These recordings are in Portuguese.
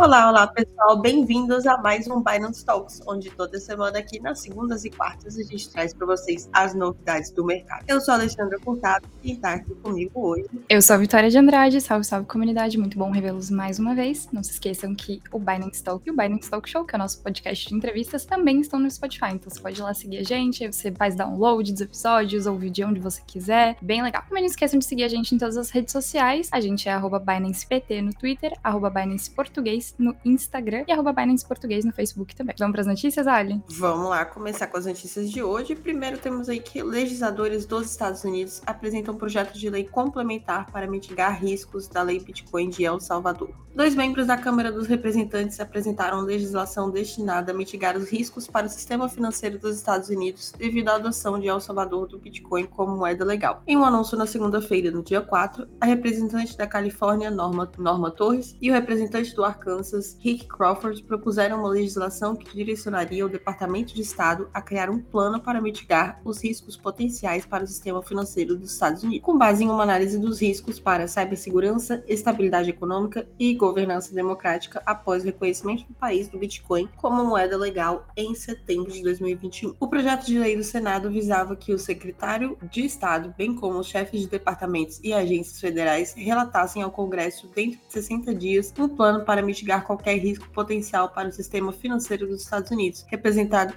Olá, pessoal, bem-vindos a mais um Binance Talks, onde toda semana aqui nas segundas e quartas a gente traz para vocês as novidades do mercado. Eu sou a Alexandra Furtado e está aqui comigo hoje. Eu sou a Vitória de Andrade, salve comunidade, muito bom revê-los mais uma vez. Não se esqueçam que o Binance Talk e o Binance Talk Show, que é o nosso podcast de entrevistas, também estão no Spotify, então você pode ir lá seguir a gente, aí você faz download dos episódios, ouvir de onde você quiser, bem legal. Também não esqueçam de seguir a gente em todas as redes sociais, a gente é @BinancePT no Twitter, @Binance Português no Instagram e @Binance Português no Facebook também. Vamos para as notícias, Ali? Vamos lá começar com as notícias de hoje. Primeiro temos aí que legisladores dos Estados Unidos apresentam um projeto de lei complementar para mitigar riscos da lei Bitcoin de El Salvador. 2 membros da Câmara dos Representantes apresentaram legislação destinada a mitigar os riscos para o sistema financeiro dos Estados Unidos devido à adoção de El Salvador do Bitcoin como moeda legal. Em um anúncio na segunda-feira, no dia 4, a representante da Califórnia, Norma Torres, e o representante do Arkansas, Rick Crawford, propuseram uma legislação que direcionaria o Departamento de Estado a criar um plano para mitigar os riscos potenciais para o sistema financeiro dos Estados Unidos, com base em uma análise dos riscos para cibersegurança, estabilidade econômica e governança democrática após o reconhecimento do país do Bitcoin como moeda legal em setembro de 2021. O projeto de lei do Senado visava que o secretário de Estado, bem como os chefes de departamentos e agências federais, relatassem ao Congresso dentro de 60 dias um plano para mitigar qualquer risco potencial para o sistema financeiro dos Estados Unidos, representado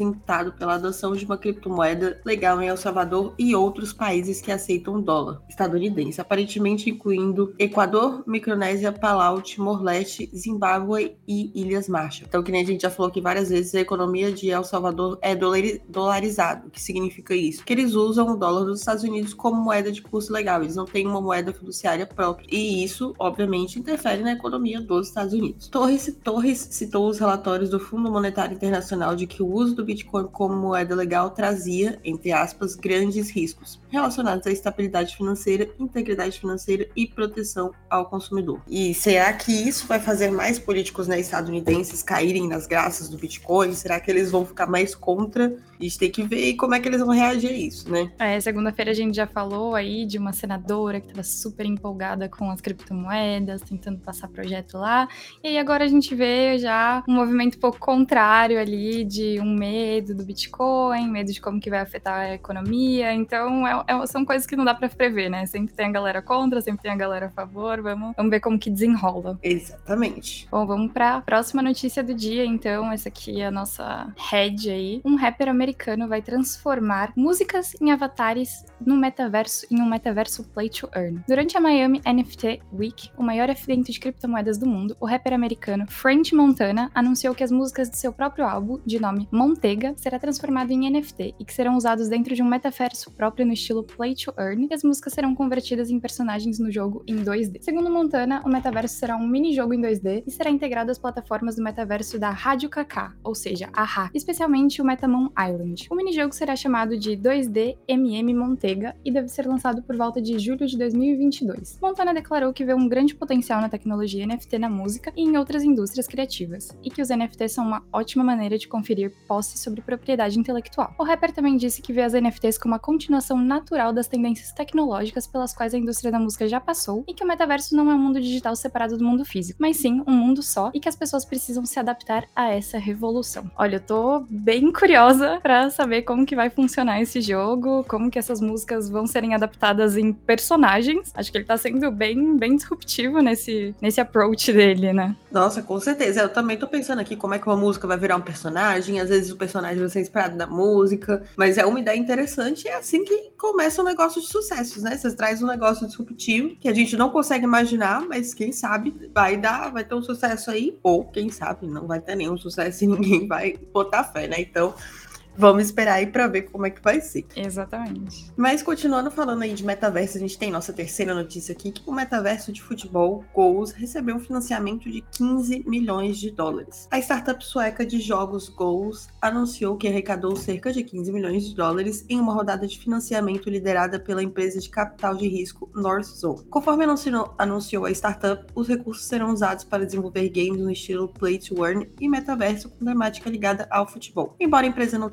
pela adoção de uma criptomoeda legal em El Salvador e outros países que aceitam o dólar estadunidense, aparentemente incluindo Equador, Micronésia, Palau, Timor-Leste, Zimbábue e Ilhas Marshall. Então, que nem a gente já falou aqui várias vezes, a economia de El Salvador é dolarizado. O que significa isso? Que eles usam o dólar dos Estados Unidos como moeda de curso legal, eles não têm uma moeda fiduciária própria, e isso, obviamente, interfere na economia dos Estados Unidos. Torres citou os relatórios do Fundo Monetário Internacional de que o uso do Bitcoin como moeda legal trazia, entre aspas, grandes riscos relacionados à estabilidade financeira, integridade financeira e proteção ao consumidor. E será que isso vai fazer mais políticos, né, estadunidenses caírem nas graças do Bitcoin? Será que eles vão ficar mais contra? A gente tem que ver como é que eles vão reagir a isso, né? Segunda-feira a gente já falou aí de uma senadora que estava super empolgada com as criptomoedas, tentando passar projeto lá. E aí agora a gente vê já um movimento um pouco contrário ali, de um medo do Bitcoin, medo de como que vai afetar a economia. Então são coisas que não dá para prever, né? Sempre tem a galera contra, sempre tem a galera a favor. Vamos ver como que desenrola. Exatamente. Bom, vamos para a próxima notícia do dia, então. Essa aqui é a nossa head aí. Um rapper americano vai transformar músicas em avatares em um metaverso Play to Earn. Durante a Miami NFT Week, o maior evento de criptomoedas do mundo, o rapper americano French Montana anunciou que as músicas de seu próprio álbum, de nome Montega, será transformado em NFT e que serão usados dentro de um metaverso próprio no estilo Play to Earn, e as músicas serão convertidas em personagens no jogo em 2D. Segundo Montana, o metaverso será um mini-jogo em 2D e será integrado às plataformas do metaverso da Rádio Kaká, ou seja, a RA, especialmente o Metamon Island. O minijogo será chamado de 2D MM Montega e deve ser lançado por volta de julho de 2022. Montana declarou que vê um grande potencial na tecnologia NFT na música e em outras indústrias criativas, e que os NFTs são uma ótima maneira de conferir posse sobre propriedade intelectual. O rapper também disse que vê as NFTs como a continuação natural das tendências tecnológicas pelas quais a indústria da música já passou, e que o metaverso não é um mundo digital separado do mundo físico, mas sim um mundo só, e que as pessoas precisam se adaptar a essa revolução. Olha, eu tô bem curiosa pra saber como que vai funcionar esse jogo, como que essas músicas vão serem adaptadas em personagens. Acho que ele tá sendo bem disruptivo nesse approach dele, né? Nossa, com certeza. Eu também tô pensando aqui como é que uma música vai virar um personagem. Às vezes o personagem vai ser inspirado na música, mas é uma ideia interessante e é assim que começa um negócio de sucessos, né? Você traz um negócio disruptivo que a gente não consegue imaginar, mas quem sabe vai ter um sucesso aí, ou quem sabe não vai ter nenhum sucesso e ninguém vai botar fé, né? Então, vamos esperar aí pra ver como é que vai ser. Exatamente. Mas continuando falando aí de metaverso, a gente tem nossa terceira notícia aqui, que o metaverso de futebol, Goals, recebeu um financiamento de 15 milhões de dólares. A startup sueca de jogos Goals anunciou que arrecadou cerca de 15 milhões de dólares em uma rodada de financiamento liderada pela empresa de capital de risco Northzone. Conforme anunciou a startup, os recursos serão usados para desenvolver games no estilo Play to Earn e metaverso com temática ligada ao futebol. Embora a empresa não tenha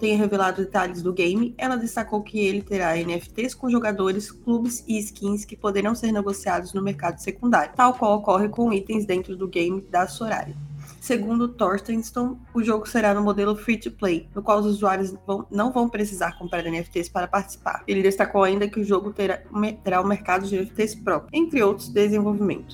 tenha revelado detalhes do game, ela destacou que ele terá NFTs com jogadores, clubes e skins que poderão ser negociados no mercado secundário, tal qual ocorre com itens dentro do game da Sorare. Segundo Torstensson, o jogo será no modelo free-to-play, no qual os usuários não vão precisar comprar NFTs para participar. Ele destacou ainda que o jogo terá um mercado de NFTs próprio, entre outros desenvolvimentos.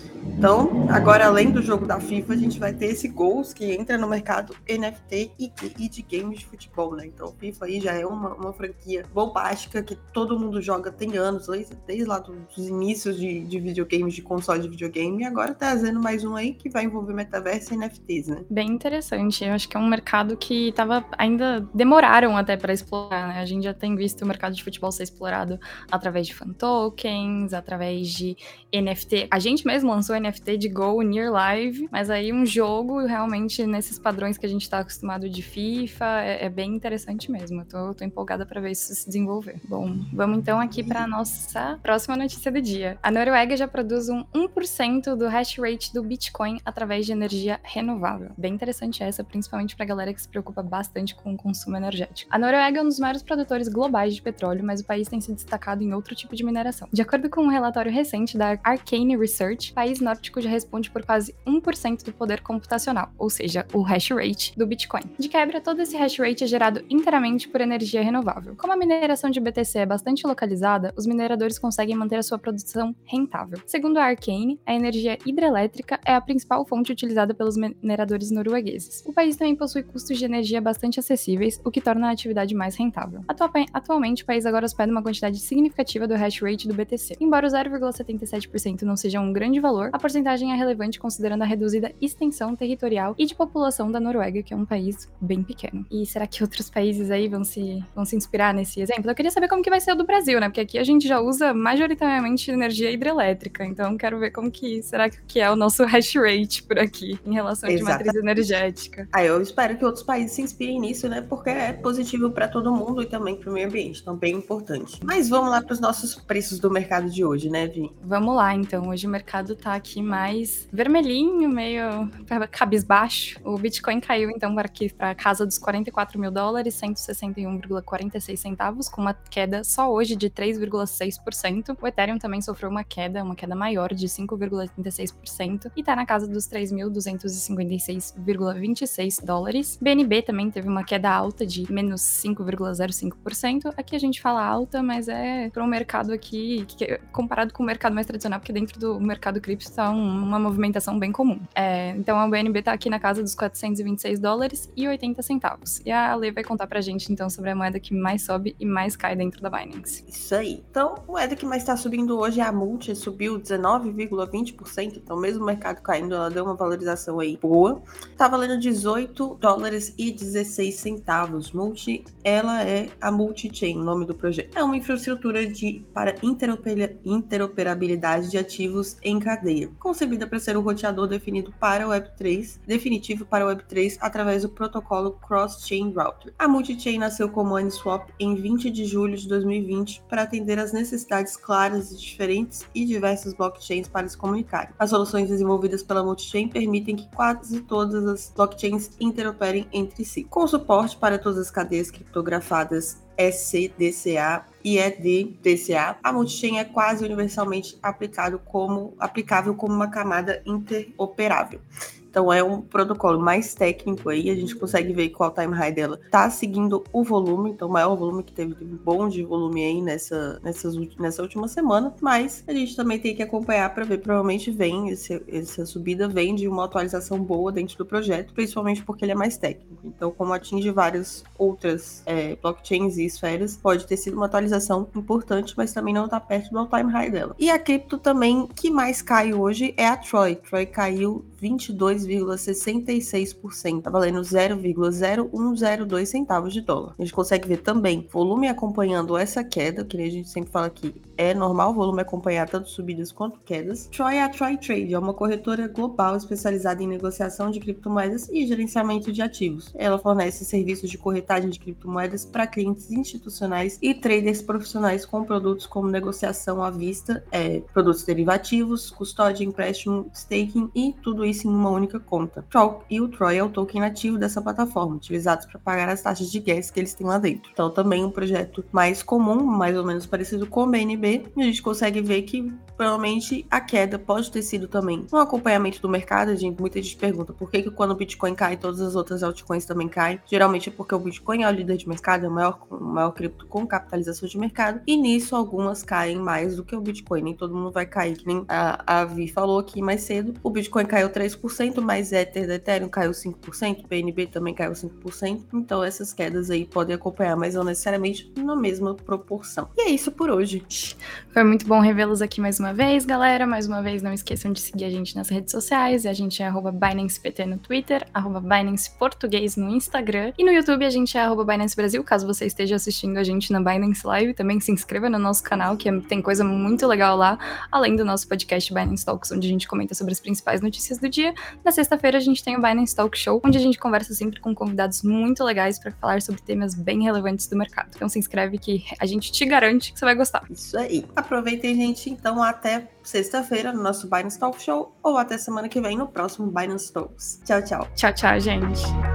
Então, agora além do jogo da FIFA, a gente vai ter esse Goals que entra no mercado NFT e de games de futebol, né? Então, o FIFA aí já é uma franquia bombástica que todo mundo joga tem anos, desde lá dos inícios de videogames, de console de videogame, e agora trazendo mais um aí que vai envolver metaverso e NFTs, né? Bem interessante. Eu acho que é um mercado que ainda demoraram até para explorar, né? A gente já tem visto o mercado de futebol ser explorado através de fan tokens, através de NFT. A gente mesmo lançou NFT de Go Near Live, mas aí um jogo realmente nesses padrões que a gente tá acostumado de FIFA é bem interessante mesmo. Eu tô empolgada para ver isso se desenvolver. Bom, vamos então aqui para nossa próxima notícia do dia. A Noruega já produz 1% do hash rate do Bitcoin através de energia renovável. Bem interessante essa, principalmente pra galera que se preocupa bastante com o consumo energético. A Noruega é um dos maiores produtores globais de petróleo, mas o país tem se destacado em outro tipo de mineração. De acordo com um relatório recente da Arcane Research, o país nórdico já responde por quase 1% do poder computacional, ou seja, o hash rate do Bitcoin. De quebra, todo esse hash rate é gerado inteiramente por energia renovável. Como a mineração de BTC é bastante localizada, os mineradores conseguem manter a sua produção rentável. Segundo a Arcane, a energia hidrelétrica é a principal fonte utilizada pelos mineradores noruegueses. O país também possui custos de energia bastante acessíveis, o que torna a atividade mais rentável. Atualmente, o país agora hospeda uma quantidade significativa do hash rate do BTC. Embora o 0,77% não seja um grande valor, a porcentagem é relevante considerando a reduzida extensão territorial e de população da Noruega, que é um país bem pequeno. E será que outros países aí vão se inspirar nesse exemplo? Eu queria saber como que vai ser o do Brasil, né? Porque aqui a gente já usa majoritariamente energia hidrelétrica, então quero ver como que será que é o nosso hash rate por aqui em relação de matriz energética. Eu espero que outros países se inspirem nisso, né? Porque é positivo para todo mundo e também para o meio ambiente, então bem importante. Mas vamos lá para os nossos preços do mercado de hoje, né, Vi? Vamos lá, então. Hoje o mercado tá aqui mais vermelhinho, meio cabisbaixo. O Bitcoin caiu, então, para a casa dos $44 mil, 161,46 centavos, com uma queda só hoje de 3,6%. O Ethereum também sofreu uma queda maior de 5,36% e tá na casa dos $3.256,26. BNB também teve uma queda alta de menos 5,05%. Aqui a gente fala alta, mas é para um mercado aqui, que, comparado com o mercado mais tradicional, porque dentro do mercado cripto tá uma movimentação bem comum. Então a BNB tá aqui na casa dos $426,80. E a Lê vai contar pra gente, então, sobre a moeda que mais sobe e mais cai dentro da Binance. Isso aí. Então, a moeda que mais tá subindo hoje é a Multi, subiu 19,20%. Então, mesmo o mercado caindo, ela deu uma valorização aí boa. Tá valendo $18,16. Multi, ela é a Multi-Chain, o nome do projeto. É uma infraestrutura para interoperabilidade de ativos em cadeia, concebida para ser o roteador definitivo para o Web3 através do protocolo Cross-Chain Router. A Multi-Chain nasceu como Uniswap em 20 de julho de 2020 para atender às necessidades claras de diferentes e diversas blockchains para se comunicarem. As soluções desenvolvidas pela Multi-Chain permitem que quase todas as blockchains interoperem entre si, com suporte para todas as cadeias criptografadas SCDCA e EDDCA. A Multi-Chain é quase universalmente aplicável como uma camada interoperável. Então é um protocolo mais técnico aí, a gente consegue ver que o all-time high dela tá seguindo o volume, então o maior volume que teve bom de volume aí nessa última semana, mas a gente também tem que acompanhar para ver, provavelmente essa subida vem de uma atualização boa dentro do projeto, principalmente porque ele é mais técnico. Então, como atinge várias outras blockchains e esferas, pode ter sido uma atualização importante, mas também não tá perto do all-time high dela. E a cripto também que mais cai hoje é a Troy. Troy caiu 22,66%, tá valendo 0,0102 centavos de dólar. A gente consegue ver também volume acompanhando essa queda, que a gente sempre fala aqui, é normal o volume acompanhar tanto subidas quanto quedas. Troy é a Troy Trade, é uma corretora global especializada em negociação de criptomoedas e gerenciamento de ativos. Ela fornece serviços de corretagem de criptomoedas para clientes institucionais e traders profissionais com produtos como negociação à vista, produtos derivativos, custódia, empréstimo, staking e tudo isso em uma única conta. O Troy é o token nativo dessa plataforma, utilizados para pagar as taxas de gas que eles têm lá dentro. Então também um projeto mais comum, mais ou menos parecido com o BNB, e a gente consegue ver que provavelmente a queda pode ter sido também um acompanhamento do mercado. Muita gente pergunta por que quando o Bitcoin cai, todas as outras altcoins também caem. Geralmente é porque o Bitcoin é o líder de mercado, é o maior cripto com capitalização de mercado, e nisso algumas caem mais do que o Bitcoin. Nem todo mundo vai cair, que nem a Vi falou aqui mais cedo. O Bitcoin caiu 3%, mas Ether da Ethereum caiu 5%, BNB também caiu 5%. Então essas quedas aí podem acompanhar, mas não necessariamente na mesma proporção. E é isso por hoje. Foi muito bom revê-los aqui mais uma vez, galera. Mais uma vez, não esqueçam de seguir a gente nas redes sociais. A gente é @BinancePT no Twitter, @BinancePortuguês no Instagram. E no YouTube a gente é @BinanceBrasil. Caso você esteja assistindo a gente na Binance Live, também se inscreva no nosso canal, que tem coisa muito legal lá, além do nosso podcast Binance Talks, onde a gente comenta sobre as principais notícias do dia. Na sexta-feira a gente tem o Binance Talk Show, onde a gente conversa sempre com convidados muito legais para falar sobre temas bem relevantes do mercado. Então se inscreve que a gente te garante que você vai gostar. Isso aí. Aproveitem, gente. Então até sexta-feira no nosso Binance Talk Show ou até semana que vem no próximo Binance Talks. Tchau, tchau. Tchau, tchau, gente.